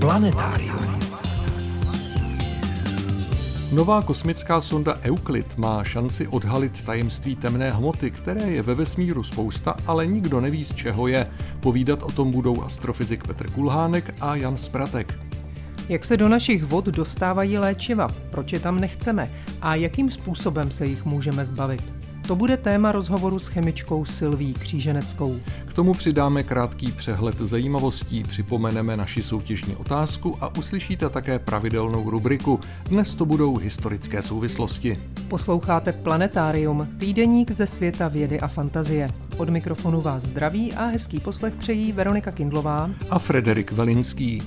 Planetárium. Nová kosmická sonda Euclid má šanci odhalit tajemství temné hmoty, které je ve vesmíru spousta, ale nikdo neví, z čeho je. Povídat o tom budou astrofyzik Petr Kulhánek a Jan Spratek. Jak se do našich vod dostávají léčiva, proč je tam nechceme a jakým způsobem se jich můžeme zbavit? To bude téma rozhovoru s chemičkou Sylví Kříženeckou. K tomu přidáme krátký přehled zajímavostí, připomeneme naši soutěžní otázku a uslyšíte také pravidelnou rubriku. Dnes to budou historické souvislosti. Posloucháte Planetárium, týdeník ze světa vědy a fantazie. Od mikrofonu vás zdraví a hezký poslech přejí Veronika Kindlová a Frederik Velinský.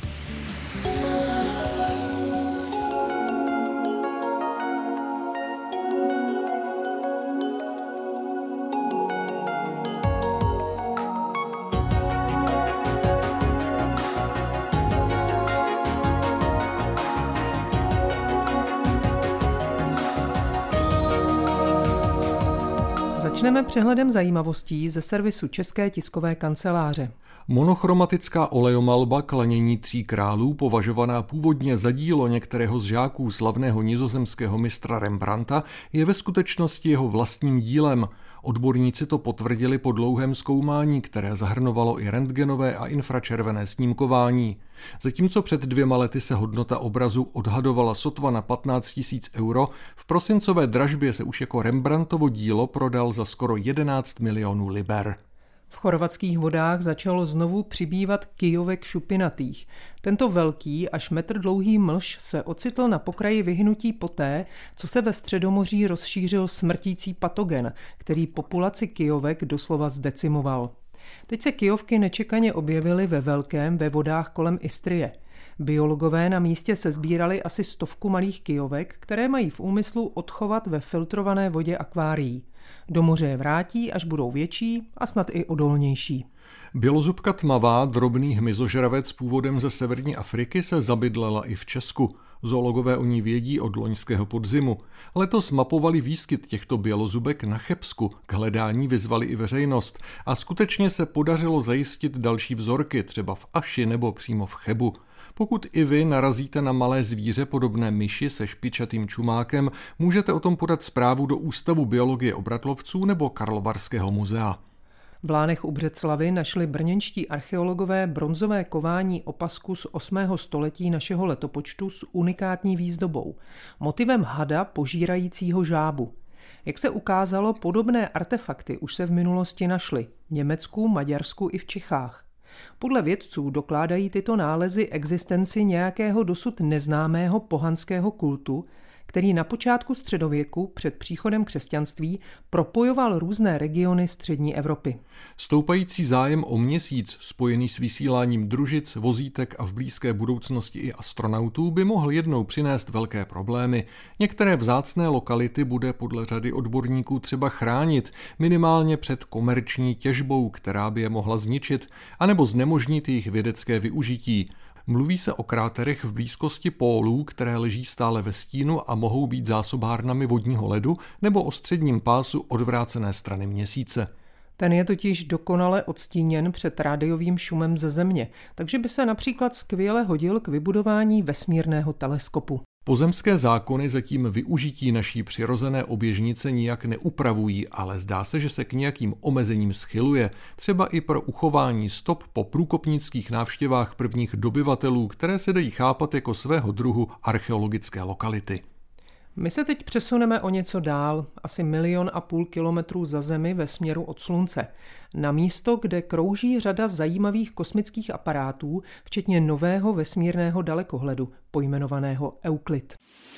Začneme přehledem zajímavostí ze servisu České tiskové kanceláře. Monochromatická olejomalba Klanění tří králů, považovaná původně za dílo některého z žáků slavného nizozemského mistra Rembrandta, je ve skutečnosti jeho vlastním dílem. Odborníci to potvrdili po dlouhém zkoumání, které zahrnovalo i rentgenové a infračervené snímkování. Zatímco před 2 lety se hodnota obrazu odhadovala sotva na 15 000 euro, v prosincové dražbě se už jako Rembrandtovo dílo prodal za skoro 11 milionů liber. V chorvatských vodách začalo znovu přibývat kyjovek šupinatých. Tento velký, až metr dlouhý mlž se ocitl na pokraji vyhnutí poté, co se ve Středomoří rozšířil smrtící patogen, který populaci kyjovek doslova zdecimoval. Teď se kyjovky nečekaně objevily ve vodách kolem Istrie. Biologové na místě sesbírali asi 100 malých kyjovek, které mají v úmyslu odchovat ve filtrované vodě akvárií. Do moře je vrátí, až budou větší a snad i odolnější. Bělozubka tmavá, drobný hmyzožravec původem ze severní Afriky, se zabydlela i v Česku. Zoologové o ní vědí od loňského podzimu. Letos mapovali výskyt těchto bělozubek na Chebsku, k hledání vyzvali i veřejnost a skutečně se podařilo zajistit další vzorky, třeba v Aši nebo přímo v Chebu. Pokud i vy narazíte na malé zvíře podobné myši se špičatým čumákem, můžete o tom podat zprávu do Ústavu biologie obratlovců nebo Karlovarského muzea. V Lánech u Břeclavi našli brněnští archeologové bronzové kování opasku z 8. století našeho letopočtu s unikátní výzdobou, motivem hada požírajícího žábu. Jak se ukázalo, podobné artefakty už se v minulosti našly v Německu, Maďarsku i v Čechách. Podle vědců dokládají tyto nálezy existenci nějakého dosud neznámého pohanského kultu, který na počátku středověku před příchodem křesťanství propojoval různé regiony střední Evropy. Stoupající zájem o Měsíc, spojený s vysíláním družic, vozítek a v blízké budoucnosti i astronautů, by mohl jednou přinést velké problémy. Některé vzácné lokality bude podle řady odborníků třeba chránit, minimálně před komerční těžbou, která by je mohla zničit, anebo znemožnit jejich vědecké využití. Mluví se o kráterech v blízkosti pólů, které leží stále ve stínu a mohou být zásobárnami vodního ledu, nebo o středním pásu odvrácené strany Měsíce. Ten je totiž dokonale odstíněn před rádiovým šumem ze Země, takže by se například skvěle hodil k vybudování vesmírného teleskopu. Pozemské zákony zatím využití naší přirozené oběžnice nijak neupravují, ale zdá se, že se k nějakým omezením schyluje, třeba i pro uchování stop po průkopnických návštěvách prvních dobyvatelů, které se dají chápat jako svého druhu archeologické lokality. My se teď přesuneme o něco dál, asi 1,5 milionu kilometrů za Zemi ve směru od Slunce, na místo, kde krouží řada zajímavých kosmických aparátů, včetně nového vesmírného dalekohledu, pojmenovaného Euclid.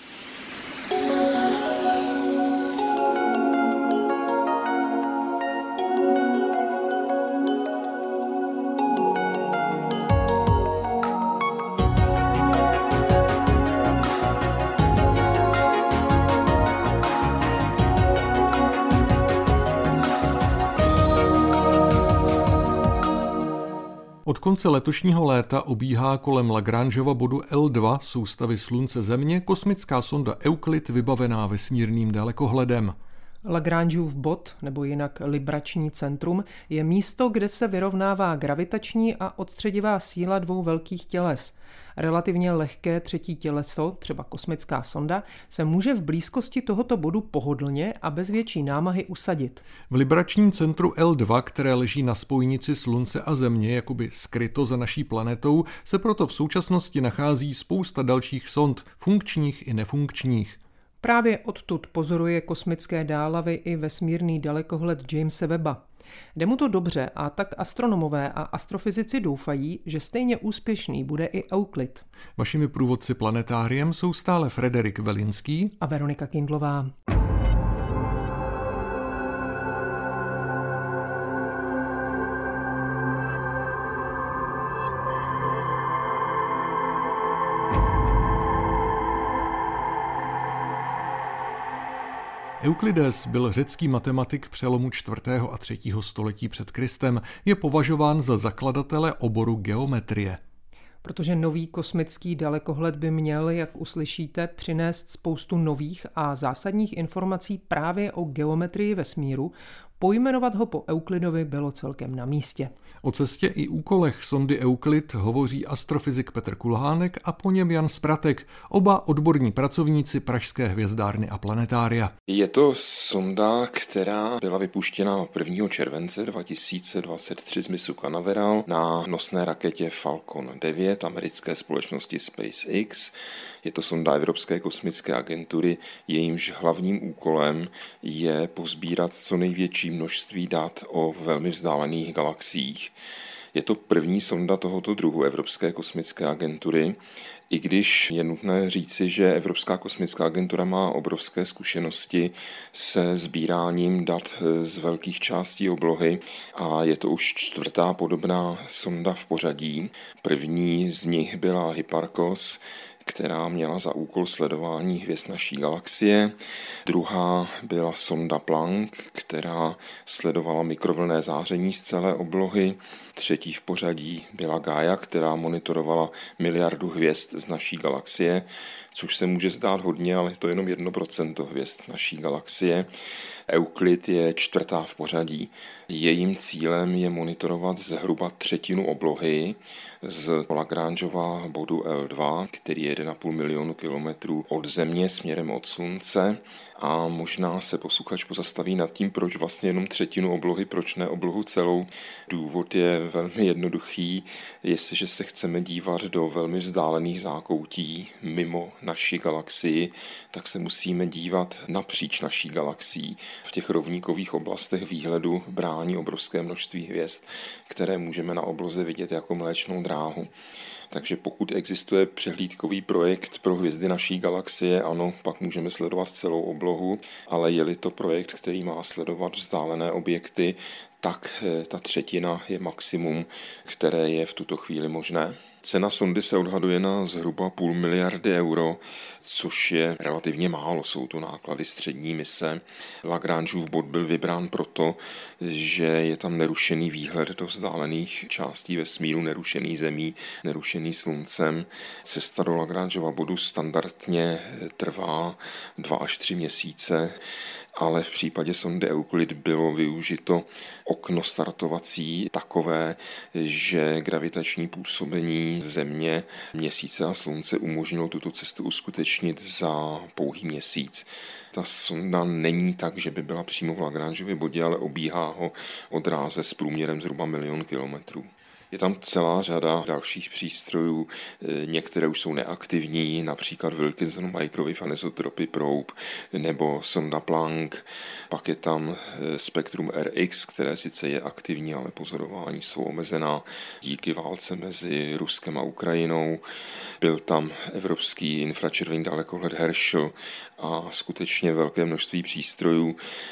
Od konce letošního léta obíhá kolem Lagrangeova bodu L2 soustavy Slunce Země kosmická sonda Euclid vybavená vesmírným dalekohledem. Lagrangeův bod, nebo jinak librační centrum, je místo, kde se vyrovnává gravitační a odstředivá síla dvou velkých těles. Relativně lehké třetí těleso, třeba kosmická sonda, se může v blízkosti tohoto bodu pohodlně a bez větší námahy usadit. V libračním centru L2, které leží na spojnici Slunce a Země, jakoby skryto za naší planetou, se proto v současnosti nachází spousta dalších sond, funkčních i nefunkčních. Právě odtud pozoruje kosmické dálavy i vesmírný dalekohled Jamese Webba. Jde mu to dobře a tak astronomové a astrofyzici doufají, že stejně úspěšný bude i Euklid. Vašimi průvodci planetáriem jsou stále Frederik Velinský a Veronika Kindlová. Euklides byl řecký matematik přelomu 4. a 3. století před Kristem. Je považován za zakladatele oboru geometrie. Protože nový kosmický dalekohled by měl, jak uslyšíte, přinést spoustu nových a zásadních informací právě o geometrii vesmíru, pojmenovat ho po Euklidovi bylo celkem na místě. O cestě i úkolech sondy Euklid hovoří astrofyzik Petr Kulhánek a po něm Jan Spratek, oba odborní pracovníci Pražské hvězdárny a planetária. Je to sonda, která byla vypuštěna 1. července 2023 z mysu Canaveral na nosné raketě Falcon 9 americké společnosti SpaceX. Je to sonda Evropské kosmické agentury, jejímž hlavním úkolem je pozbírat co největší množství dat o velmi vzdálených galaxiích. Je to první sonda tohoto druhu Evropské kosmické agentury, i když je nutné říci, že Evropská kosmická agentura má obrovské zkušenosti se sbíráním dat z velkých částí oblohy a je to už 4. podobná sonda v pořadí. První z nich byla Hipparcos, která měla za úkol sledování hvězd naší galaxie. Druhá byla sonda Planck, která sledovala mikrovlnné záření z celé oblohy. Třetí v pořadí byla Gaia, která monitorovala miliardu hvězd z naší galaxie, což se může zdát hodně, ale je to jenom 1% hvězd naší galaxie. Euklid je 4. v pořadí. Jejím cílem je monitorovat zhruba 1/3 oblohy z Lagrangeova bodu L2, který je 1,5 milionu kilometrů od Země směrem od Slunce. A možná se posluchač pozastaví nad tím, proč vlastně jenom 1/3 oblohy, proč ne oblohu celou. Důvod je velmi jednoduchý. Jestliže se chceme dívat do velmi vzdálených zákoutí mimo naši galaxii, tak se musíme dívat napříč naší galaxií. V těch rovníkových oblastech výhledu brání obrovské množství hvězd, které můžeme na obloze vidět jako Mléčnou dráhu. Takže pokud existuje přehlídkový projekt pro hvězdy naší galaxie, ano, pak můžeme sledovat celou oblohu, ale je-li to projekt, který má sledovat vzdálené objekty, tak ta 1/3 je maximum, které je v tuto chvíli možné. Cena sondy se odhaduje na zhruba 0,5 miliardy euro, což je relativně málo, jsou to náklady střední mise. Lagrangeův bod byl vybrán proto, že je tam nerušený výhled do vzdálených částí vesmíru, nerušený Zemí, nerušený Sluncem. Cesta do Lagrangeova bodu standardně trvá 2 až 3 měsíce, ale v případě sondy Euklid bylo využito okno startovací takové, že gravitační působení Země, Měsíce a Slunce umožnilo tuto cestu uskutečnit za pouhý měsíc. Ta sonda není tak, že by byla přímo v Lagrangeově bodě, ale obíhá ho o dráze s průměrem zhruba 1 milion kilometrů. Je tam celá řada dalších přístrojů, některé už jsou neaktivní, například Wilkinson Microwave Anisotropy Probe nebo sonda Planck. Pak je tam spektrum RX, které sice je aktivní, ale pozorování jsou omezená díky válce mezi Ruskem a Ukrajinou. Byl tam evropský infračervený dalekohled Herschel a skutečně velké množství přístrojů,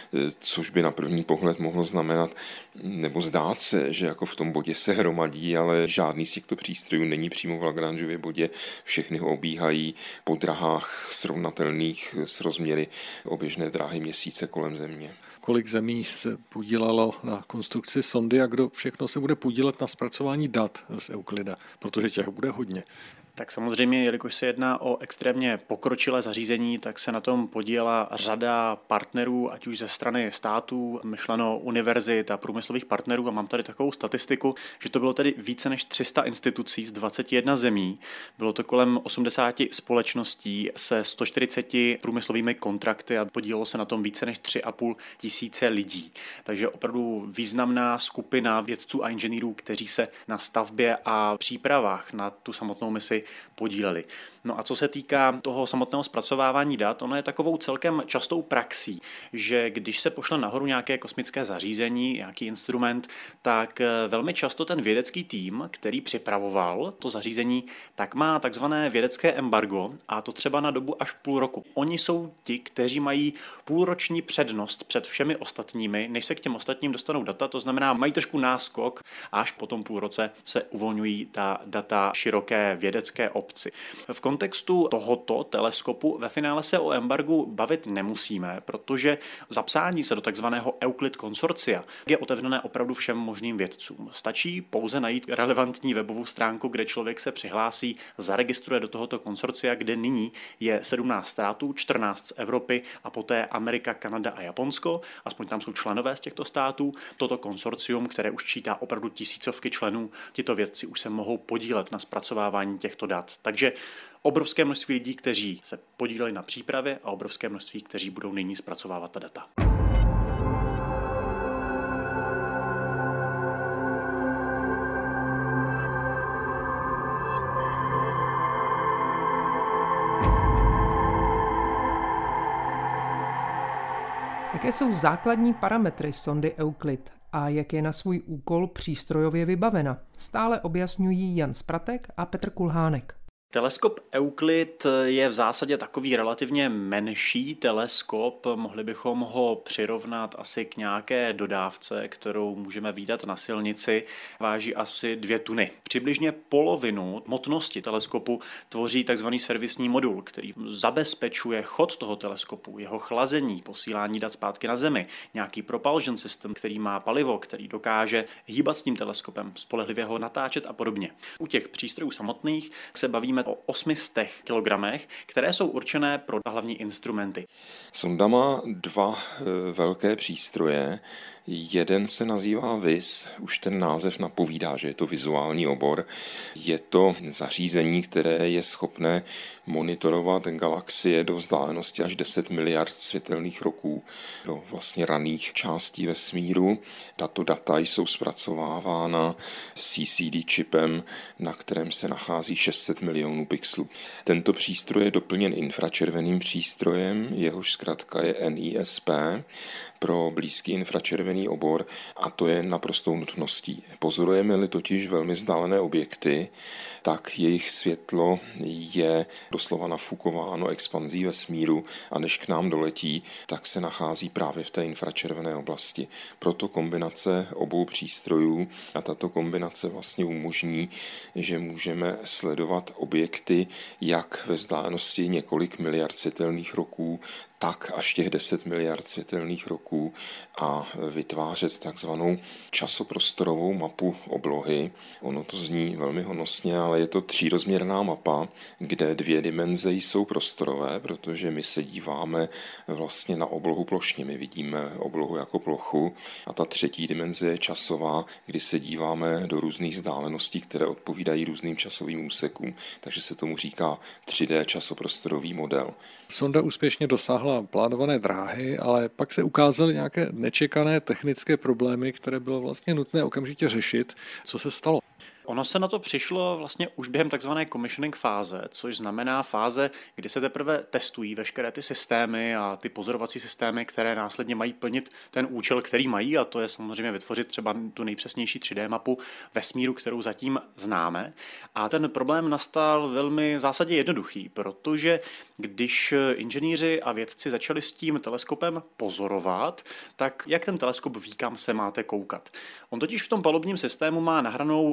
což by na první pohled mohlo znamenat, nebo zdát se, že jako v tom bodě se hromadí, ale žádný z těchto přístrojů není přímo v Lagrangeově bodě, všechny ho obíhají po drahách srovnatelných s rozměry oběžné dráhy Měsíce kolem Země. Kolik zemí se podílelo na konstrukci sondy a kdo všechno se bude podílet na zpracování dat z Euklida, protože těch bude hodně. Tak samozřejmě, jelikož se jedná o extrémně pokročilé zařízení, tak se na tom podílela řada partnerů, ať už ze strany států, myšleno univerzit a průmyslových partnerů. A mám tady takovou statistiku, že to bylo tedy více než 300 institucí z 21 zemí. Bylo to kolem 80 společností se 140 průmyslovými kontrakty a podílelo se na tom více než 3,5 tisíce lidí. Takže opravdu významná skupina vědců a inženýrů, kteří se na stavbě a přípravách na tu samotnou misi podíleli. No a co se týká toho samotného zpracovávání dat, ono je takovou celkem častou praxí, že když se pošle nahoru nějaké kosmické zařízení, nějaký instrument, tak velmi často ten vědecký tým, který připravoval to zařízení, tak má takzvané vědecké embargo, a to třeba na dobu až půl roku. Oni jsou ti, kteří mají půlroční přednost před všemi ostatními, než se k těm ostatním dostanou data, to znamená, mají trošku náskok, až po tom půl roce se uvolňují ta data široké vědecké obci. V kontextu tohoto teleskopu ve finále se o embargu bavit nemusíme, protože zapsání se do takzvaného Euclid konsorcia je otevřené opravdu všem možným vědcům. Stačí pouze najít relevantní webovou stránku, kde člověk se přihlásí, zaregistruje do tohoto konsorcia, kde nyní je 17 států, 14 z Evropy a poté Amerika, Kanada a Japonsko, aspoň tam jsou členové z těchto států. Toto konsorcium, které už čítá opravdu tisícovky členů, tito vědci už se mohou podílet na zpracovávání těchto dat. Takže obrovské množství lidí, kteří se podíleli na přípravě a obrovské množství, kteří budou nyní zpracovávat ta data. Jaké jsou základní parametry sondy Euclid a jak je na svůj úkol přístrojově vybavena? Stále objasňují Jan Spratek a Petr Kulhánek. Teleskop Euclid je v zásadě takový relativně menší teleskop. Mohli bychom ho přirovnat asi k nějaké dodávce, kterou můžeme vídat na silnici. Váží asi 2 tuny. Přibližně polovinu hmotnosti teleskopu tvoří tzv. Servisní modul, který zabezpečuje chod toho teleskopu, jeho chlazení, posílání dat zpátky na Zemi, nějaký propulsion system, který má palivo, který dokáže hýbat s tím teleskopem, spolehlivě ho natáčet a podobně. U těch přístrojů samotných se bavíme o 800 kilogramech, které jsou určené pro hlavní instrumenty. Sonda má 2 velké přístroje. Jeden se nazývá VIS, už ten název napovídá, že je to vizuální obor. Je to zařízení, které je schopné monitorovat galaxie do vzdálenosti až 10 miliard světelných roků do vlastně raných částí vesmíru. Tato data jsou zpracovávána CCD čipem, na kterém se nachází 600 milionů pixelů. Tento přístroj je doplněn infračerveným přístrojem, jehož zkratka je NISP, pro blízký infračervený obor, a to je naprostou nutností. Pozorujeme-li totiž velmi vzdálené objekty, tak jejich světlo je doslova nafukováno expanzí vesmíru a než k nám doletí, tak se nachází právě v té infračervené oblasti. Proto kombinace obou přístrojů a tato kombinace vlastně umožní, že můžeme sledovat objekty jak ve vzdálenosti několik miliard světelných roků, tak až těch 10 miliard světelných roků a vytvářet takzvanou časoprostorovou mapu oblohy. Ono to zní velmi honosně, ale je to 3rozměrná mapa, kde 2 dimenze jsou prostorové, protože my se díváme vlastně na oblohu plošně. My vidíme oblohu jako plochu a ta 3. dimenze je časová, kdy se díváme do různých vzdáleností, které odpovídají různým časovým úsekům. Takže se tomu říká 3D časoprostorový model. Sonda úspěšně dosáhla plánované dráhy, ale pak se ukázaly nějaké nečekané technické problémy, které bylo vlastně nutné okamžitě řešit. Co se stalo? Ono se na to přišlo vlastně už během takzvané commissioning fáze, což znamená fáze, kdy se teprve testují veškeré ty systémy a ty pozorovací systémy, které následně mají plnit ten účel, který mají, a to je samozřejmě vytvořit třeba tu nejpřesnější 3D mapu vesmíru, kterou zatím známe. A ten problém nastal velmi v zásadě jednoduchý, protože když inženýři a vědci začali s tím teleskopem pozorovat, tak jak ten teleskop ví, kam se máte koukat. On totiž v tom palubním systému má nahranou, řekněme si,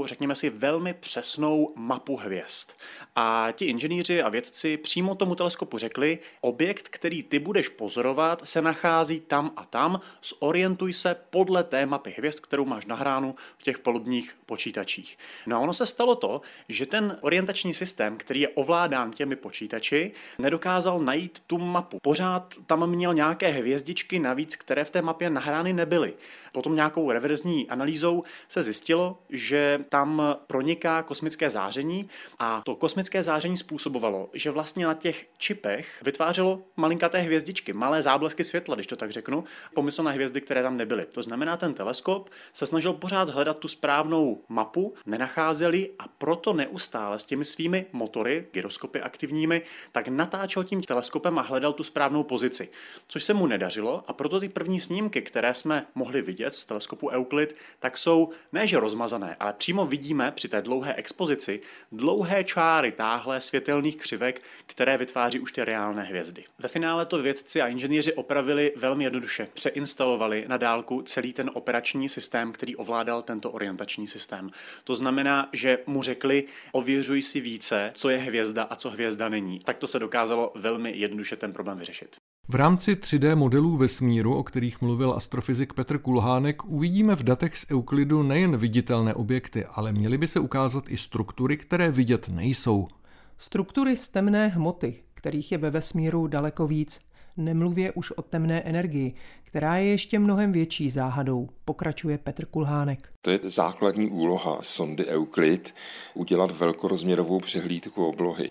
si velmi přesnou mapu hvězd. A ti inženýři a vědci přímo tomu teleskopu řekli, objekt, který ty budeš pozorovat, se nachází tam a tam, zorientuj se podle té mapy hvězd, kterou máš nahránu v těch palubních počítačích. No a ono se stalo to, že ten orientační systém, který je ovládán těmi počítači, nedokázal najít tu mapu. Pořád tam měl nějaké hvězdičky navíc, které v té mapě nahrány nebyly. Potom nějakou reverzní analýzou se zjistilo, že tam proniká kosmické záření a to kosmické záření způsobovalo, že vlastně na těch čipech vytvářelo malinkaté hvězdičky, malé záblesky světla, když to tak řeknu, pomyslné hvězdy, které tam nebyly. To znamená, ten teleskop se snažil pořád hledat tu správnou mapu, nenacházeli a proto neustále s těmi svými motory, gyroskopy aktivními, tak natáčel tím teleskopem a hledal tu správnou pozici. Což se mu nedařilo a proto ty první snímky, které jsme mohli vidět z teleskopu Euclid, tak jsou ne že rozmazané, ale přímo vidíme při té dlouhé expozici dlouhé čáry táhlé světelných křivek, které vytváří už ty reálné hvězdy. Ve finále to vědci a inženýři opravili velmi jednoduše. Přeinstalovali na dálku celý ten operační systém, který ovládal tento orientační systém. To znamená, že mu řekli, ověřuj si více, co je hvězda a co hvězda není. Tak to se dokázalo velmi jednoduše ten problém vyřešit. V rámci 3D modelů vesmíru, o kterých mluvil astrofyzik Petr Kulhánek, uvidíme v datech z Euklidu nejen viditelné objekty, ale měly by se ukázat i struktury, které vidět nejsou. Struktury z temné hmoty, kterých je ve vesmíru daleko víc. Nemluvě už o temné energii, která je ještě mnohem větší záhadou, pokračuje Petr Kulhánek. To je základní úloha sondy Euclid udělat velkorozměrovou přehlídku oblohy.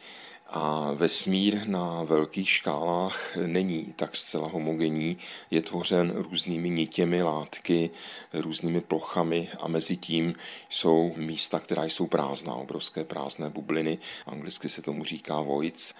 A vesmír na velkých škálách není tak zcela homogenní, je tvořen různými nitěmi látky, různými plochami a mezi tím jsou místa, která jsou prázdná, obrovské prázdné bubliny, anglicky se tomu říká voids.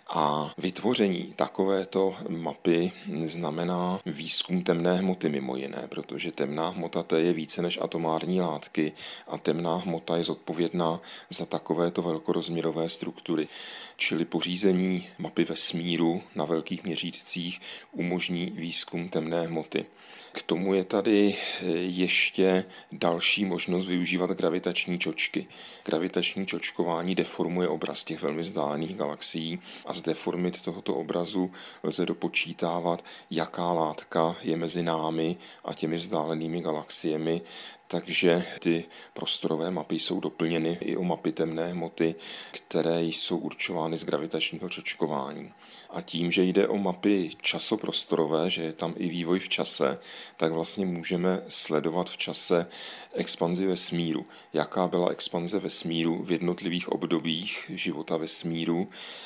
A vytvoření takovéto mapy znamená výzkum temné hmoty mimo jiné, protože temná hmota to je více než atomární látky a temná hmota je zodpovědná za takovéto velkorozměrové struktury. Čili pořízení mapy vesmíru na velkých měřítcích umožní výzkum temné hmoty. K tomu je tady ještě další možnost využívat gravitační čočky. Gravitační čočkování deformuje obraz těch velmi vzdálených galaxií a z deformit tohoto obrazu lze dopočítávat, jaká látka je mezi námi a těmi vzdálenými galaxiemi. Takže ty prostorové mapy jsou doplněny i o mapy temné hmoty, které jsou určovány z gravitačního čočkování. A tím, že jde o mapy časoprostorové, že je tam i vývoj v čase, tak vlastně můžeme sledovat v čase expanzi vesmíru. Jaká byla expanze vesmíru v jednotlivých obdobích života vesmíru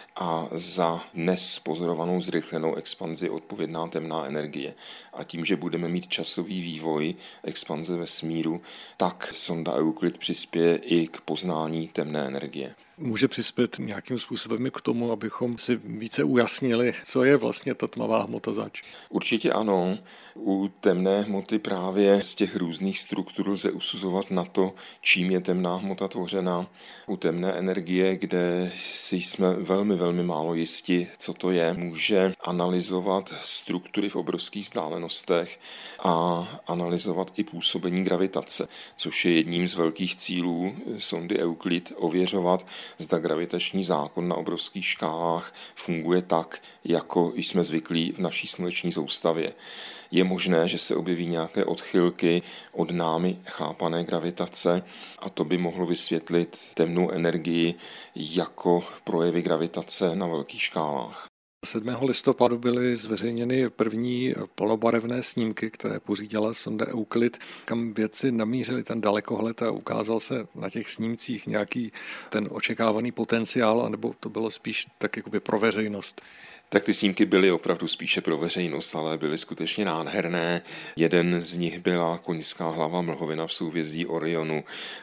a za dnes pozorovanou zrychlenou expanzi odpovědná temná energie. A tím, že budeme mít časový vývoj expanze vesmíru, tak sonda Euclid přispěje i k poznání temné energie. Může přispět nějakým způsobem k tomu, abychom si více ujasnili, co je vlastně ta tmavá hmota zač? Určitě ano. U temné hmoty právě z těch různých struktur lze usuzovat na to, čím je temná hmota tvořena. U temné energie, kde si jsme velmi málo jisti, co to je, může analyzovat struktury v obrovských vzdálenostech a analyzovat i působení gravitace, což je jedním z velkých cílů sondy Euclid ověřovat, zda gravitační zákon na obrovských škálách funguje tak, jako jsme zvyklí v naší sluneční soustavě. Je možné, že se objeví nějaké odchylky od námi chápané gravitace a to by mohlo vysvětlit temnou energii jako projevy gravitace na velkých škálách. 7. listopadu byly zveřejněny první plnobarevné snímky, které pořídila sonda Euclid, kam vědci namířili ten dalekohled a ukázal se na těch snímcích nějaký ten očekávaný potenciál, anebo to bylo spíš tak jakoby pro veřejnost. Tak ty snímky byly opravdu spíše pro veřejnost, ale byly skutečně nádherné. Jeden z nich byla koňská hlava mlhovina v souhvězdí Orionu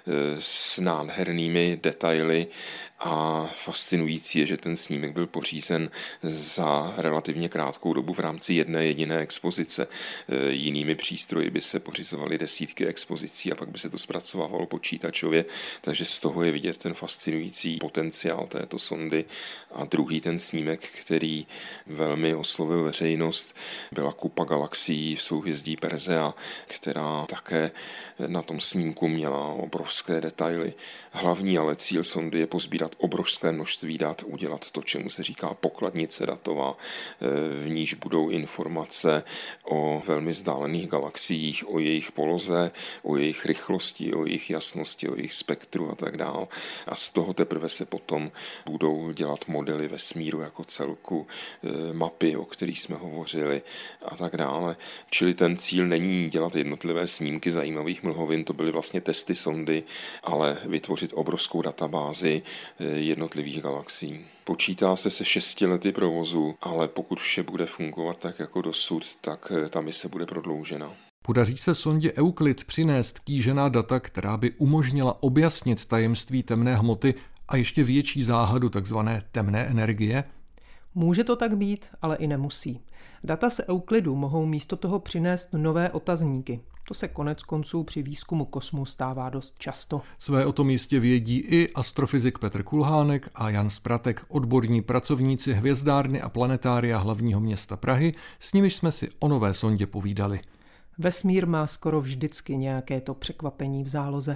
s nádhernými detaily a fascinující je, že ten snímek byl pořízen za relativně krátkou dobu v rámci jedné jediné expozice. Jinými přístroji by se pořizovaly desítky expozicí a pak by se to zpracovávalo počítačově, takže z toho je vidět ten fascinující potenciál této sondy. A druhý ten snímek, který velmi oslovil veřejnost, byla kupa galaxií v souhvězdí Persea, která také na tom snímku měla obrovské detaily. Hlavní ale cíl sondy je pozbírat obrovské množství dat, udělat to, čemu se říká pokladnice datová, v níž budou informace o velmi vzdálených galaxiích, o jejich poloze, o jejich rychlosti, o jejich jasnosti, o jejich spektru a tak dále. A z toho teprve se potom budou dělat modely vesmíru jako celku, mapy, o kterých jsme hovořili a tak dále. Čili ten cíl není dělat jednotlivé snímky zajímavých mlhovin, to byly vlastně testy sondy, ale vytvořit obrovskou databázi jednotlivých galaxií. Počítá se 6 lety provozu, ale pokud vše bude fungovat tak jako dosud, tak ta mise bude prodloužena. Podaří se sondě Euclid přinést kýžená data, která by umožnila objasnit tajemství temné hmoty a ještě větší záhadu takzvané temné energie? Může to tak být, ale i nemusí. Data z Euklidu mohou místo toho přinést nové otazníky. To se konec konců při výzkumu kosmu stává dost často. Své o tom jistě vědí i astrofyzik Petr Kulhánek a Jan Spratek, odborní pracovníci hvězdárny a planetária hlavního města Prahy, s nimiž jsme si o nové sondě povídali. Vesmír má skoro vždycky nějaké to překvapení v záloze.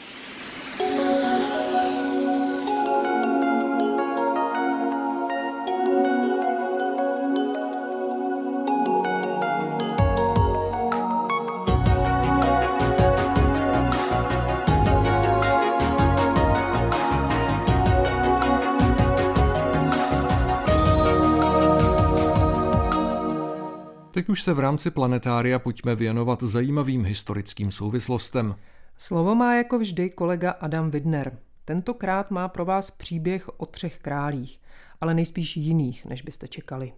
Teď už se v rámci planetária pojďme věnovat zajímavým historickým souvislostem. Slovo má jako vždy kolega Adam Widner. Tentokrát má pro vás příběh o 3 králích, ale nejspíš jiných, než byste čekali.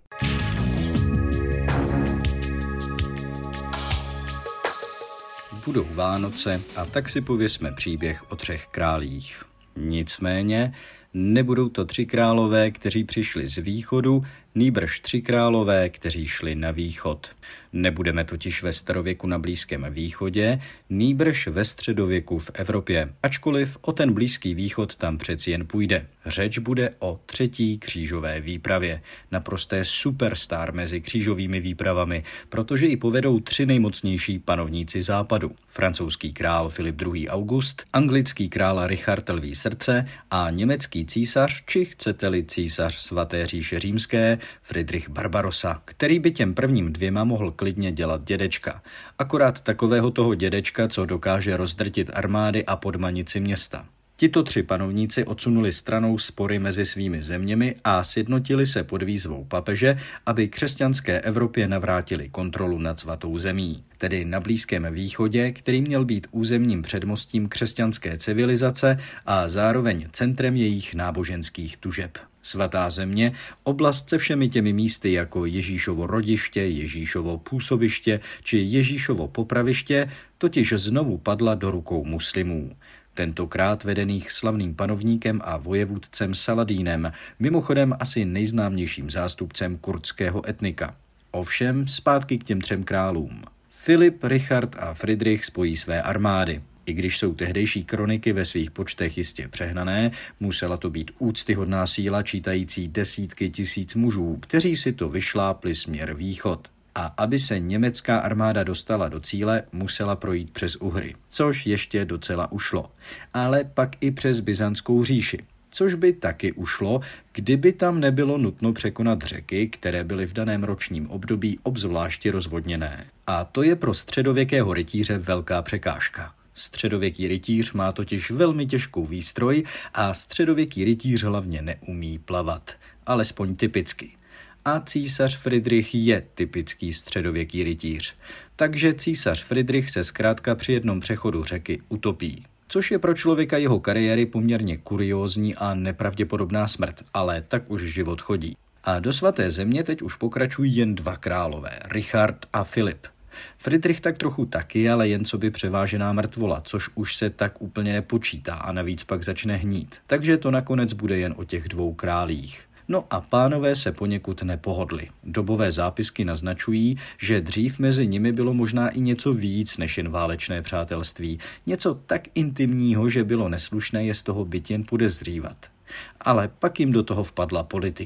Budou Vánoce a tak si pověsme příběh o 3 králích. Nicméně nebudou to 3 králové, kteří přišli z východu, nýbrž 3 králové, kteří šli na východ. Nebudeme totiž ve starověku na Blízkém východě, nýbrž ve středověku v Evropě. Ačkoliv o ten Blízký východ tam přeci jen půjde. Řeč bude o 3. křížové výpravě. Naprosté superstar mezi křížovými výpravami, protože ji povedou 3 nejmocnější panovníci západu. Francouzský král Filip II. August, anglický král Richard Lví srdce a německý císař, či chcete-li císař svaté říše římské, Friedrich Barbarossa, který by těm prvním 2 mohl klidně dělat dědečka. Akorát takového toho dědečka, co dokáže rozdrtit armády a podmanit si města. Tito 3 panovníci odsunuli stranou spory mezi svými zeměmi a sjednotili se pod výzvou papeže, aby křesťanské Evropě navrátili kontrolu nad svatou zemí, tedy na Blízkém východě, který měl být územním předmostím křesťanské civilizace a zároveň centrem jejich náboženských tužeb. Svatá země, oblast se všemi těmi místy jako Ježíšovo rodiště, Ježíšovo působiště či Ježíšovo popraviště, totiž znovu padla do rukou muslimů. Tentokrát vedených slavným panovníkem a vojevůdcem Saladínem, mimochodem asi nejznámějším zástupcem kurdského etnika. Ovšem zpátky k těm 3 králům. Filip, Richard a Friedrich spojí své armády. I když jsou tehdejší kroniky ve svých počtech jistě přehnané, musela to být úctyhodná síla čítající desítky tisíc mužů, kteří si to vyšlápli směr východ. A aby se německá armáda dostala do cíle, musela projít přes Uhry, což ještě docela ušlo. Ale pak i přes Byzantskou říši, což by taky ušlo, kdyby tam nebylo nutno překonat řeky, které byly v daném ročním období obzvláště rozvodněné. A to je pro středověkého rytíře velká překážka. Středověký rytíř má totiž velmi těžkou výstroj a středověký rytíř hlavně neumí plavat, alespoň typicky. A císař Friedrich je typický středověký rytíř. Takže císař Friedrich se zkrátka při jednom přechodu řeky utopí. Což je pro člověka jeho kariéry poměrně kuriózní a nepravděpodobná smrt, ale tak už život chodí. A do svaté země teď už pokračují jen 2 králové, Richard a Filip. Friedrich tak trochu taky, ale jen co by převážená mrtvola, což už se tak úplně nepočítá a navíc pak začne hnít. Takže to nakonec bude jen o těch 2 králích. No a pánové se poněkud nepohodli. Dobové zápisky naznačují, že dřív mezi nimi bylo možná i něco víc než jen válečné přátelství. Něco tak intimního, že bylo neslušné je z toho byt jen podezřívat. Ale pak jim do toho vpadla politika.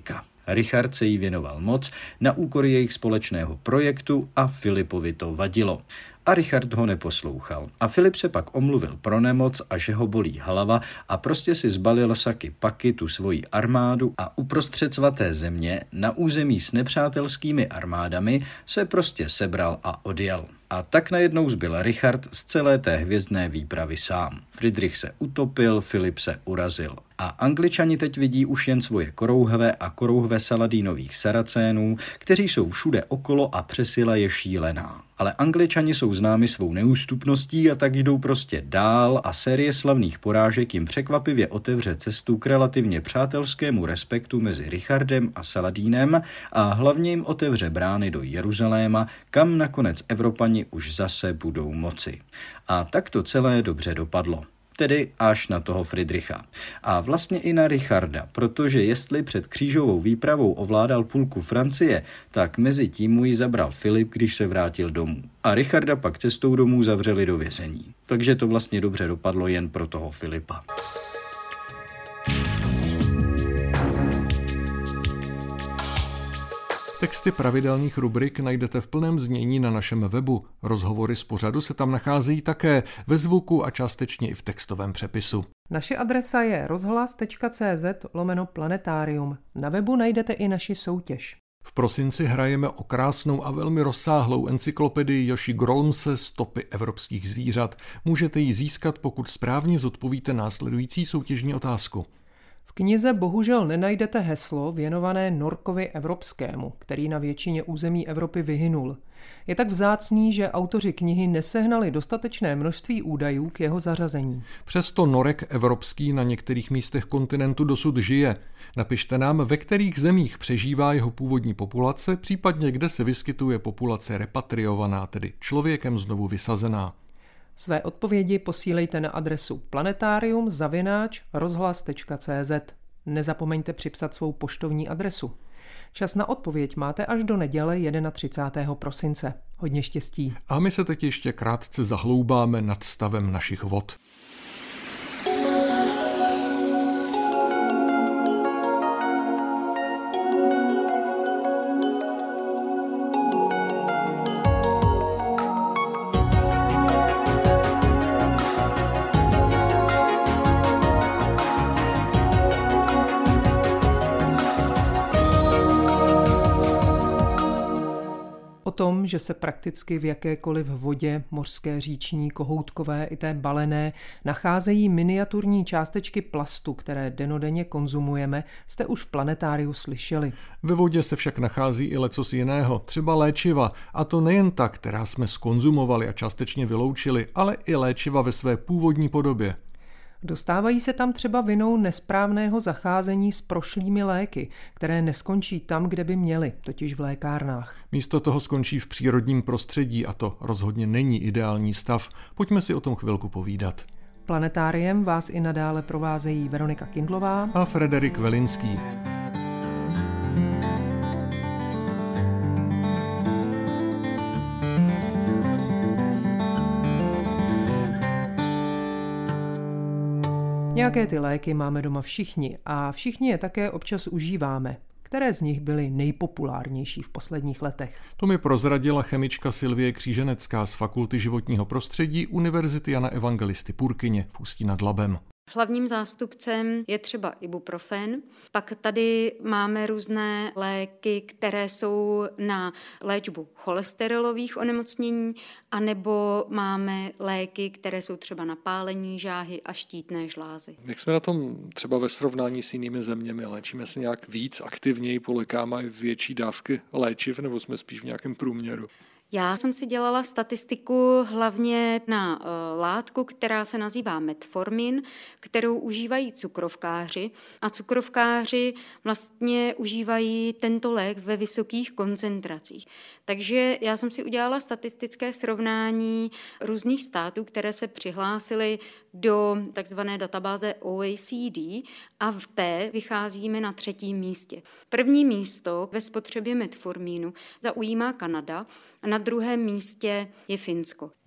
Richard se jí věnoval moc na úkor jejich společného projektu a Filipovi to vadilo. A Richard ho neposlouchal. A Filip se pak omluvil pro nemoc a že ho bolí hlava a prostě si zbalil saky paky tu svoji armádu a uprostřed svaté země na území s nepřátelskými armádami se prostě sebral a odjel. A tak najednou zbyl Richard z celé té hvězdné výpravy sám. Friedrich se utopil, Filip se urazil. A Angličani teď vidí už jen svoje korouhve a korouhve Saladínových Saracénů, kteří jsou všude okolo a přesila je šílená. Ale Angličani jsou známi svou neústupností a tak jdou prostě dál a série slavných porážek jim překvapivě otevře cestu k relativně přátelskému respektu mezi Richardem a Saladínem a hlavně jim otevře brány do Jeruzaléma, kam nakonec Evropani už zase budou moci. A tak to celé dobře dopadlo. Tedy až na toho Friedricha. A vlastně i na Richarda, protože jestli před křížovou výpravou ovládal půlku Francie, tak mezi tím mu ji zabral Filip, když se vrátil domů. A Richarda pak cestou domů zavřeli do vězení. Takže to vlastně dobře dopadlo jen pro toho Filipa. Texty pravidelných rubrik najdete v plném znění na našem webu. Rozhovory z pořadu se tam nacházejí také ve zvuku a částečně i v textovém přepisu. Naše adresa je rozhlas.cz/planetarium. Na webu najdete i naši soutěž. V prosinci hrajeme o krásnou a velmi rozsáhlou encyklopedii Joši Grolmse Stopy evropských zvířat. Můžete ji získat, pokud správně zodpovíte následující soutěžní otázku. V knize bohužel nenajdete heslo věnované norkovi evropskému, který na většině území Evropy vyhynul. Je tak vzácný, že autoři knihy nesehnali dostatečné množství údajů k jeho zařazení. Přesto norek evropský na některých místech kontinentu dosud žije. Napište nám, ve kterých zemích přežívá jeho původní populace, případně kde se vyskytuje populace repatriovaná, tedy člověkem znovu vysazená. Své odpovědi posílejte na adresu planetarium@rozhlas.cz. Nezapomeňte připsat svou poštovní adresu. Čas na odpověď máte až do neděle 31. prosince. Hodně štěstí. A my se teď ještě krátce zahloubáme nad stavem našich vod. O tom, že se prakticky v jakékoliv vodě, mořské, říční, kohoutkové i té balené, nacházejí miniaturní částečky plastu, které dennodenně konzumujeme, jste už v Planetáriu slyšeli. Ve vodě se však nachází i lecos jiného, třeba léčiva, a to nejen ta, která jsme zkonzumovali a částečně vyloučili, ale i léčiva ve své původní podobě. Dostávají se tam třeba vinou nesprávného zacházení s prošlými léky, které neskončí tam, kde by měly, totiž v lékárnách. Místo toho skončí v přírodním prostředí a to rozhodně není ideální stav. Pojďme si o tom chvilku povídat. Planetáriem vás i nadále provázejí Veronika Kindlová a Frederik Velinský. Nějaké ty léky máme doma všichni a všichni je také občas užíváme. Které z nich byly nejpopulárnější v posledních letech? To mi prozradila chemička Silvie Kříženecká z Fakulty životního prostředí Univerzity Jana Evangelisty Purkyně v Ústí nad Labem. Hlavním zástupcem je třeba ibuprofen. Pak tady máme různé léky, které jsou na léčbu cholesterolových onemocnění, anebo máme léky, které jsou třeba na pálení žáhy a štítné žlázy. Jak jsme na tom třeba ve srovnání s jinými zeměmi? Léčíme se nějak víc, aktivněji, polékáme větší dávky léčiv, nebo jsme spíš v nějakém průměru? Já jsem si dělala statistiku hlavně na látku, která se nazývá metformin, kterou užívají cukrovkáři a cukrovkáři vlastně užívají tento lék ve vysokých koncentracích. Takže já jsem si udělala statistické srovnání různých států, které se přihlásily do takzvané databáze OECD a v té vycházíme na 3. místě. 1. místo ve spotřebě metformínu zaujímá Kanada a na 2. místě je Finsko.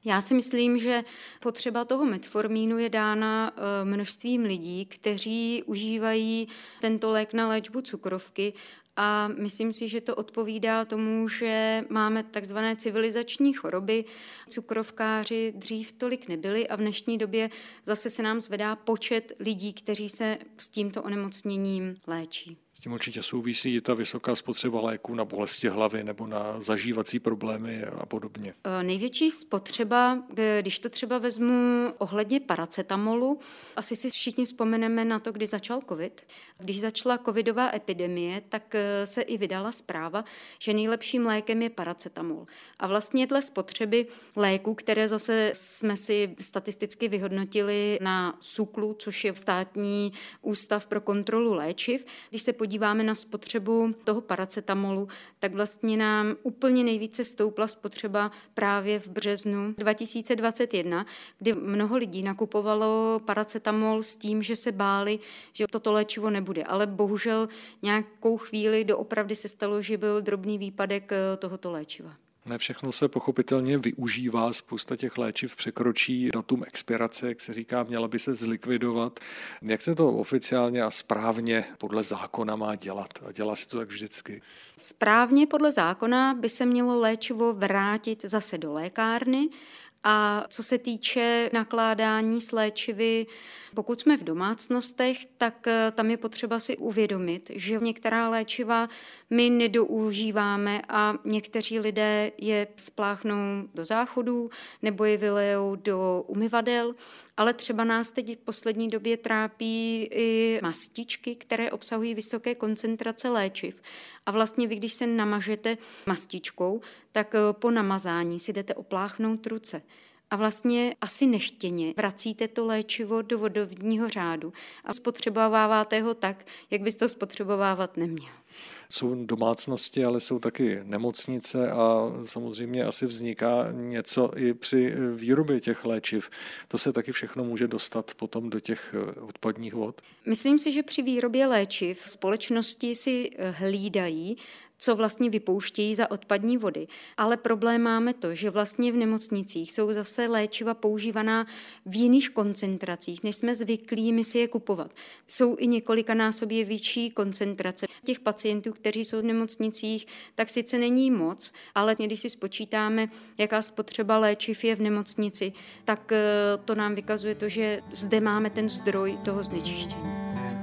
Já si myslím, že potřeba toho metformínu je dána množstvím lidí, kteří užívají tento lék na léčbu cukrovky. A myslím si, že to odpovídá tomu, že máme takzvané civilizační choroby. Cukrovkáři dřív tolik nebyli a v dnešní době zase se nám zvedá počet lidí, kteří se s tímto onemocněním léčí. S tím určitě souvisí i ta vysoká spotřeba léků na bolesti hlavy nebo na zažívací problémy a podobně. Největší spotřeba, když to třeba vezmu ohledně paracetamolu, asi si všichni vzpomeneme na to, kdy začal covid. Když začala covidová epidemie, tak se i vydala zpráva, že nejlepším lékem je paracetamol. A vlastně dle spotřeby léků, které zase jsme si statisticky vyhodnotili na SÚKLu, což je Státní ústav pro kontrolu léčiv, když se podíváme na spotřebu toho paracetamolu, tak vlastně nám úplně nejvíce stoupla spotřeba právě v březnu 2021, kdy mnoho lidí nakupovalo paracetamol s tím, že se báli, že toto léčivo nebude. Ale bohužel nějakou chvíli doopravdy se stalo, že byl drobný výpadek tohoto léčiva. Ne všechno se pochopitelně využívá, spousta těch léčiv překročí datum expirace, jak se říká, měla by se zlikvidovat. Jak se to oficiálně a správně podle zákona má dělat? A dělá se to tak vždycky? Správně podle zákona by se mělo léčivo vrátit zase do lékárny. A co se týče nakládání s léčivy, pokud jsme v domácnostech, tak tam je potřeba si uvědomit, že některá léčiva my nedoužíváme a někteří lidé je spláchnou do záchodů nebo je vylejou do umyvadel, ale třeba nás teď v poslední době trápí i mastičky, které obsahují vysoké koncentrace léčiv. A vlastně vy, když se namažete mastičkou, tak po namazání si jdete opláchnout ruce. A vlastně asi nechtěně vracíte to léčivo do vodovodního řádu a spotřebováváte ho tak, jak byste to spotřebovávat neměl. Jsou domácnosti, ale jsou taky nemocnice a samozřejmě asi vzniká něco i při výrobě těch léčiv. To se taky všechno může dostat potom do těch odpadních vod? Myslím si, že při výrobě léčiv společnosti si hlídají, co vlastně vypouštějí za odpadní vody. Ale problém máme to, že vlastně v nemocnicích jsou zase léčiva používaná v jiných koncentracích, než jsme zvyklí my si je kupovat. Jsou i několikanásobně větší koncentrace těch pacientů, kteří jsou v nemocnicích, tak sice není moc, ale když si spočítáme, jaká spotřeba léčiv je v nemocnici, tak to nám vykazuje to, že zde máme ten zdroj toho znečištění.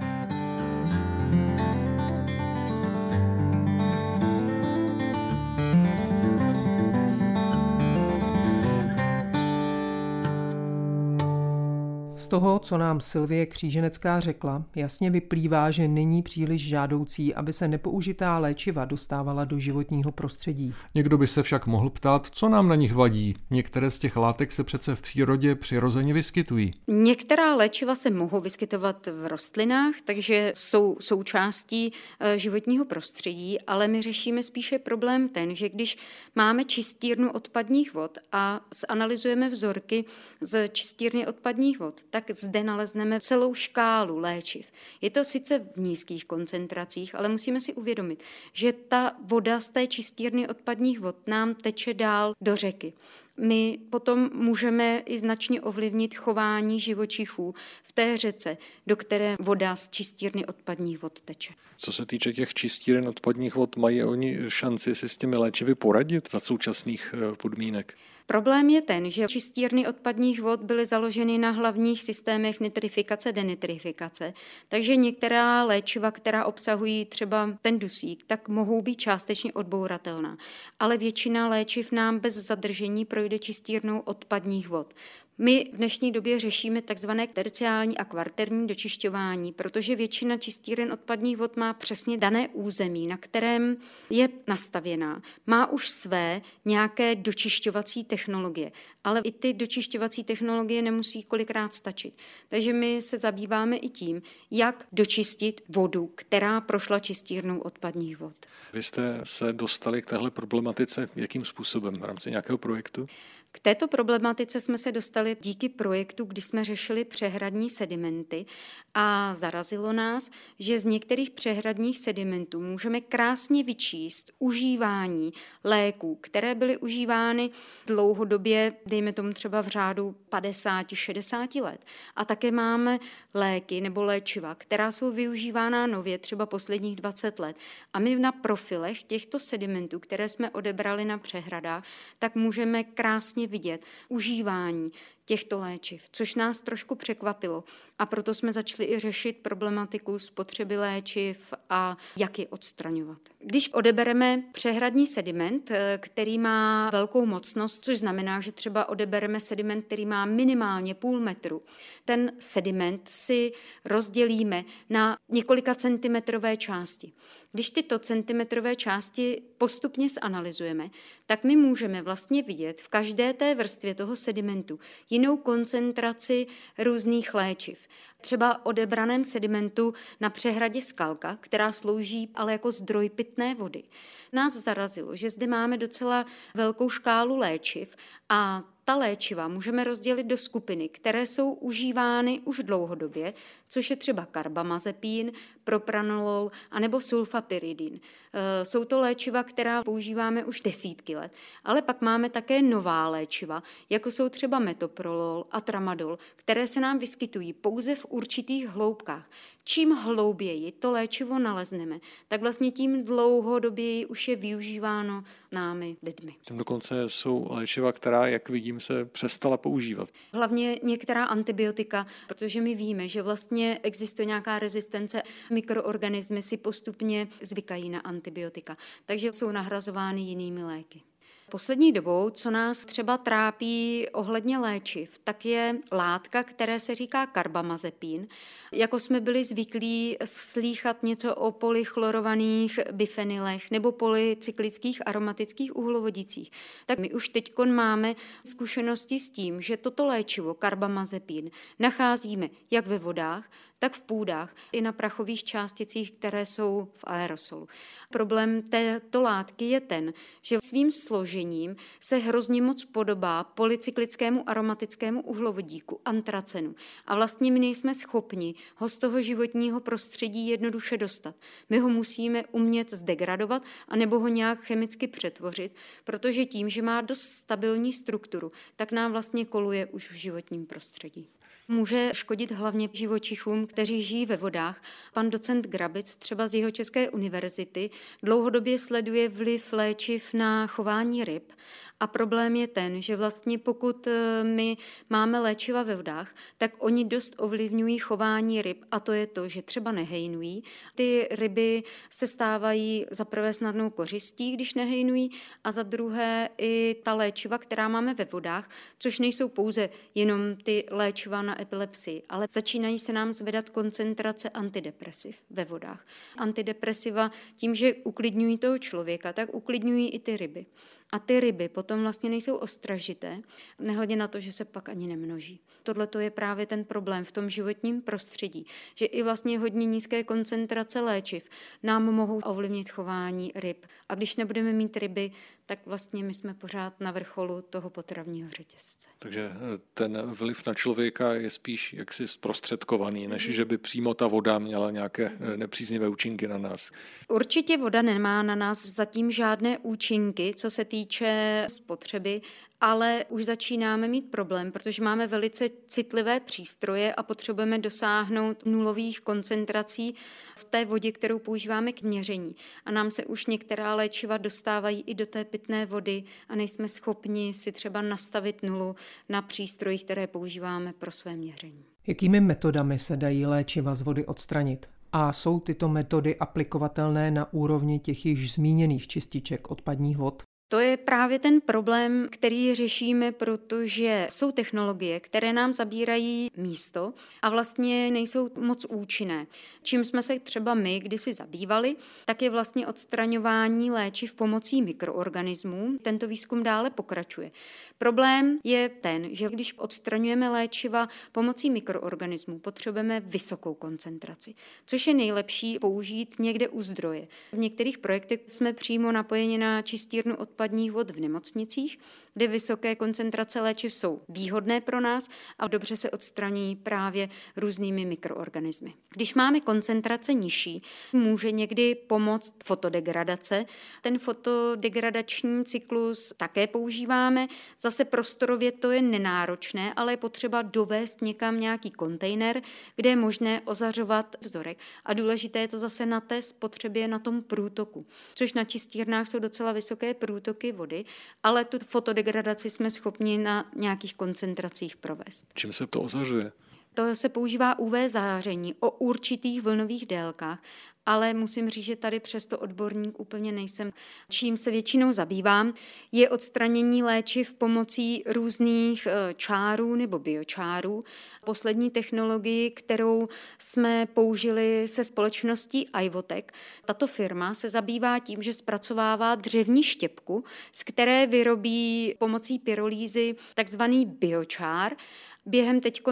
Z toho, co nám Sylvie Kříženecká řekla, jasně vyplývá, že není příliš žádoucí, aby se nepoužitá léčiva dostávala do životního prostředí. Někdo by se však mohl ptát, co nám na nich vadí. Některé z těch látek se přece v přírodě přirozeně vyskytují. Některá léčiva se mohou vyskytovat v rostlinách, takže jsou součástí životního prostředí, ale my řešíme spíše problém ten, že když máme čistírnu odpadních vod a zanalyzujeme vzorky z čistírny odpadních vod, tak zde nalezneme celou škálu léčiv. Je to sice v nízkých koncentracích, ale musíme si uvědomit, že ta voda z té čistírny odpadních vod nám teče dál do řeky. My potom můžeme i značně ovlivnit chování živočichů v té řece, do které voda z čistírny odpadních vod teče. Co se týče těch čistíren odpadních vod, mají oni šanci si s těmi léčivy poradit za současných podmínek? Problém je ten, že čistírny odpadních vod byly založeny na hlavních systémech nitrifikace, denitrifikace, takže některá léčiva, která obsahují třeba ten dusík, tak mohou být částečně odbouratelná. Ale většina léčiv nám bez zadržení projde čistírnou odpadních vod. My v dnešní době řešíme takzvané terciální a kvarterní dočišťování, protože většina čistíren odpadních vod má přesně dané území, na kterém je nastavěná. Má už své nějaké dočišťovací technologie, ale i ty dočišťovací technologie nemusí kolikrát stačit. Takže my se zabýváme i tím, jak dočistit vodu, která prošla čistírnou odpadních vod. Vy jste se dostali k téhle problematice jakým způsobem v rámci nějakého projektu? K této problematice jsme se dostali díky projektu, kdy jsme řešili přehradní sedimenty a zarazilo nás, že z některých přehradních sedimentů můžeme krásně vyčíst užívání léků, které byly užívány dlouhodobě, dejme tomu třeba v řádu 50-60 let. A také máme léky nebo léčiva, která jsou využívána nově třeba posledních 20 let. A my na profilech těchto sedimentů, které jsme odebrali na přehradách, tak můžeme krásně vidět užívání těchto léčiv, což nás trošku překvapilo. A proto jsme začali i řešit problematiku spotřeby léčiv a jak je odstraňovat. Když odebereme přehradní sediment, který má velkou mocnost, což znamená, že třeba odebereme sediment, který má minimálně půl metru, ten sediment si rozdělíme na několika centimetrové části. Když tyto centimetrové části postupně zanalyzujeme, tak my můžeme vlastně vidět v každé té vrstvě toho sedimentu jinou koncentraci různých léčiv. Třeba odebraném sedimentu na přehradě Skalka, která slouží ale jako zdroj pitné vody. Nás zarazilo, že zde máme docela velkou škálu léčiv a ta léčiva můžeme rozdělit do skupiny, které jsou užívány už dlouhodobě, což je třeba karbamazepín, propranolol anebo sulfapiridin. Jsou to léčiva, která používáme už desítky let, ale pak máme také nová léčiva, jako jsou třeba metoprolol a tramadol, které se nám vyskytují pouze v určitých hloubkách. Čím hlouběji to léčivo nalezneme, tak vlastně tím dlouhodoběji už je využíváno námi lidmi. Tím dokonce jsou léčiva, která, jak vidím, se přestala používat. Hlavně některá antibiotika, protože my víme, že vlastně existuje nějaká rezistence, mikroorganismy si postupně zvykají na antibiotika, takže jsou nahrazovány jinými léky. Poslední dobou, co nás třeba trápí ohledně léčiv, tak je látka, které se říká karbamazepín. Jako jsme byli zvyklí slýchat něco o polychlorovaných bifenylech nebo polycyklických aromatických uhlovodicích, tak my už teď máme zkušenosti s tím, že toto léčivo karbamazepín nacházíme jak ve vodách, tak v půdách i na prachových částicích, které jsou v aerosolu. Problém této látky je ten, že svým složením se hrozně moc podobá polycyklickému aromatickému uhlovodíku, antracenu. A vlastně my nejsme schopni ho z toho životního prostředí jednoduše dostat. My ho musíme umět zdegradovat anebo ho nějak chemicky přetvořit, protože tím, že má dost stabilní strukturu, tak nám vlastně koluje už v životním prostředí. Může škodit hlavně živočichům, kteří žijí ve vodách. Pan docent Grabic třeba z Jihočeské univerzity dlouhodobě sleduje vliv léčiv na chování ryb. A problém je ten, že vlastně pokud my máme léčiva ve vodách, tak oni dost ovlivňují chování ryb a to je to, že třeba nehejnují. Ty ryby se stávají za prvé snadnou kořistí, když nehejnují a za druhé i ta léčiva, která máme ve vodách, což nejsou pouze jenom ty léčiva na epilepsii, ale začínají se nám zvedat koncentrace antidepresiv ve vodách. Antidepresiva tím, že uklidňují toho člověka, tak uklidňují i ty ryby. A ty ryby potom vlastně nejsou ostražité, nehledě na to, že se pak ani nemnoží. Tohle je právě ten problém v tom životním prostředí, že i vlastně hodně nízké koncentrace léčiv nám mohou ovlivnit chování ryb. A když nebudeme mít ryby, tak vlastně my jsme pořád na vrcholu toho potravního řetězce. Takže ten vliv na člověka je spíš jaksi zprostředkovaný, než že by přímo ta voda měla nějaké nepříznivé účinky na nás. Určitě voda nemá na nás zatím žádné účinky, co se týče spotřeby, ale už začínáme mít problém, protože máme velice citlivé přístroje a potřebujeme dosáhnout nulových koncentrací v té vodě, kterou používáme k měření. A nám se už některá léčiva dostávají i do té pitné vody a nejsme schopni si třeba nastavit nulu na přístrojích, které používáme pro své měření. Jakými metodami se dají léčiva z vody odstranit? A jsou tyto metody aplikovatelné na úrovni těch již zmíněných čističek odpadních vod? To je právě ten problém, který řešíme, protože jsou technologie, které nám zabírají místo a vlastně nejsou moc účinné. Čím jsme se třeba my kdysi zabývali, tak je vlastně odstraňování léčiv pomocí mikroorganismů. Tento výzkum dále pokračuje. Problém je ten, že když odstraňujeme léčiva pomocí mikroorganismů, potřebujeme vysokou koncentraci, což je nejlepší použít někde u zdroje. V některých projektech jsme přímo napojeni na čistírnu odpadních odpadních vod v nemocnicích, kde vysoké koncentrace léčiv jsou výhodné pro nás a dobře se odstraní právě různými mikroorganismy. Když máme koncentrace nižší, může někdy pomoct fotodegradace. Ten fotodegradační cyklus také používáme. Zase prostorově to je nenáročné, ale je potřeba dovést někam nějaký kontejner, kde je možné ozařovat vzorek. A důležité je to zase na té spotřebě na tom průtoku, což na čistírnách jsou docela vysoké průtoky vody, ale tu fotodegradaci jsme schopni na nějakých koncentracích provést. Čím se to ozařuje? To se používá UV záření o určitých vlnových délkách, ale musím říct, že tady přesto odborník úplně nejsem. Čím se většinou zabývám, je odstranění léčiv pomocí různých čárů nebo biočárů. Poslední technologii, kterou jsme použili se společností Ivotec, tato firma se zabývá tím, že zpracovává dřevní štěpku, z které vyrobí pomocí pyrolýzy takzvaný biočár. Během teď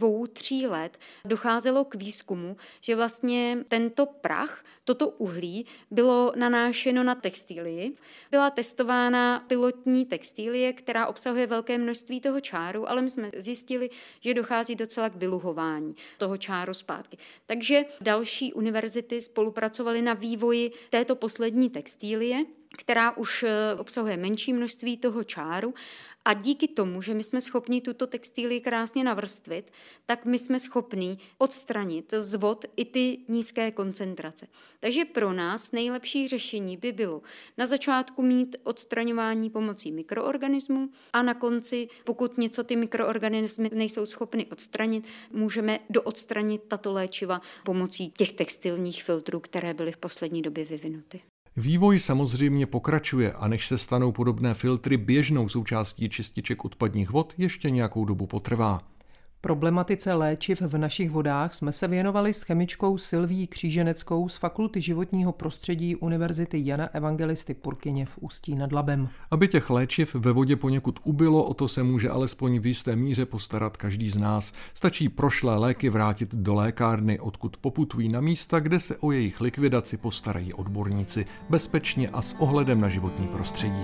2-3 let docházelo k výzkumu, že vlastně tento prach, toto uhlí bylo nanášeno na textilii. Byla testována pilotní textilie, která obsahuje velké množství toho čáru, ale my jsme zjistili, že dochází docela k vyluhování toho čáru zpátky. Takže další univerzity spolupracovaly na vývoji této poslední textilie, která už obsahuje menší množství toho čáru. A díky tomu, že my jsme schopni tuto textilii krásně navrstvit, tak my jsme schopni odstranit z vod i ty nízké koncentrace. Takže pro nás nejlepší řešení by bylo na začátku mít odstraňování pomocí mikroorganismů a na konci, pokud něco ty mikroorganismy nejsou schopny odstranit, můžeme doodstranit tato léčiva pomocí těch textilních filtrů, které byly v poslední době vyvinuty. Vývoj samozřejmě pokračuje a než se stanou podobné filtry běžnou součástí čističek odpadních vod, ještě nějakou dobu potrvá. Problematice léčiv v našich vodách jsme se věnovali s chemičkou Silví Kříženeckou z Fakulty životního prostředí Univerzity Jana Evangelisty Purkyně v Ústí nad Labem. Aby těch léčiv ve vodě poněkud ubylo, o to se může alespoň v jisté míře postarat každý z nás. Stačí prošlé léky vrátit do lékárny, odkud poputují na místa, kde se o jejich likvidaci postarají odborníci, bezpečně a s ohledem na životní prostředí.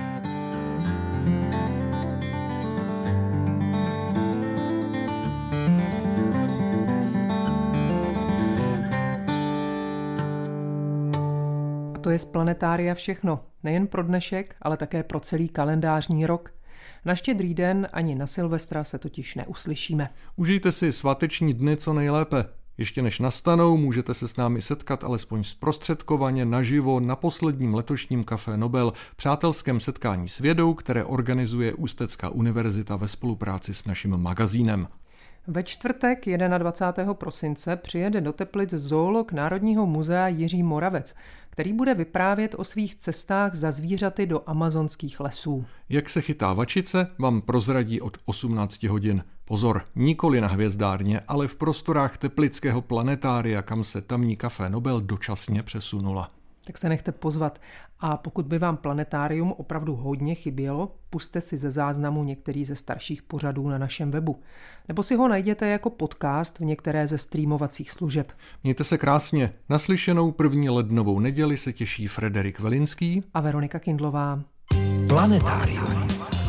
To je z Planetária všechno, nejen pro dnešek, ale také pro celý kalendářní rok. Na Štědrý den ani na Silvestra se totiž neuslyšíme. Užijte si sváteční dny co nejlépe. Ještě než nastanou, můžete se s námi setkat alespoň zprostředkovaně naživo na posledním letošním Café Nobel, přátelském setkání s vědou, které organizuje Ústecká univerzita ve spolupráci s naším magazínem. Ve čtvrtek 21. prosince přijede do Teplic zoolog Národního muzea Jiří Moravec, který bude vyprávět o svých cestách za zvířaty do amazonských lesů. Jak se chytá vačice, vám prozradí od 18 hodin. Pozor, nikoli na hvězdárně, ale v prostorách teplického planetária, kam se tamní Café Nobel dočasně přesunula. Tak se nechte pozvat. A pokud by vám planetárium opravdu hodně chybělo, pusťte si ze záznamu některý ze starších pořadů na našem webu. Nebo si ho najděte jako podcast v některé ze streamovacích služeb. Mějte se krásně. Naslyšenou první lednovou neděli se těší Frederik Velinský a Veronika Kindlová. Planetárium.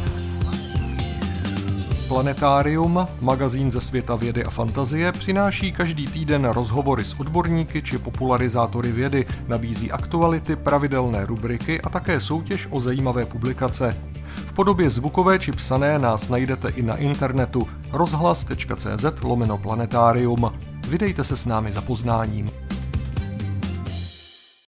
Planetárium, magazín ze světa vědy a fantazie, přináší každý týden rozhovory s odborníky či popularizátory vědy, nabízí aktuality, pravidelné rubriky a také soutěž o zajímavé publikace. V podobě zvukové či psané nás najdete i na internetu rozhlas.cz/planetarium. Vydejte se s námi za poznáním.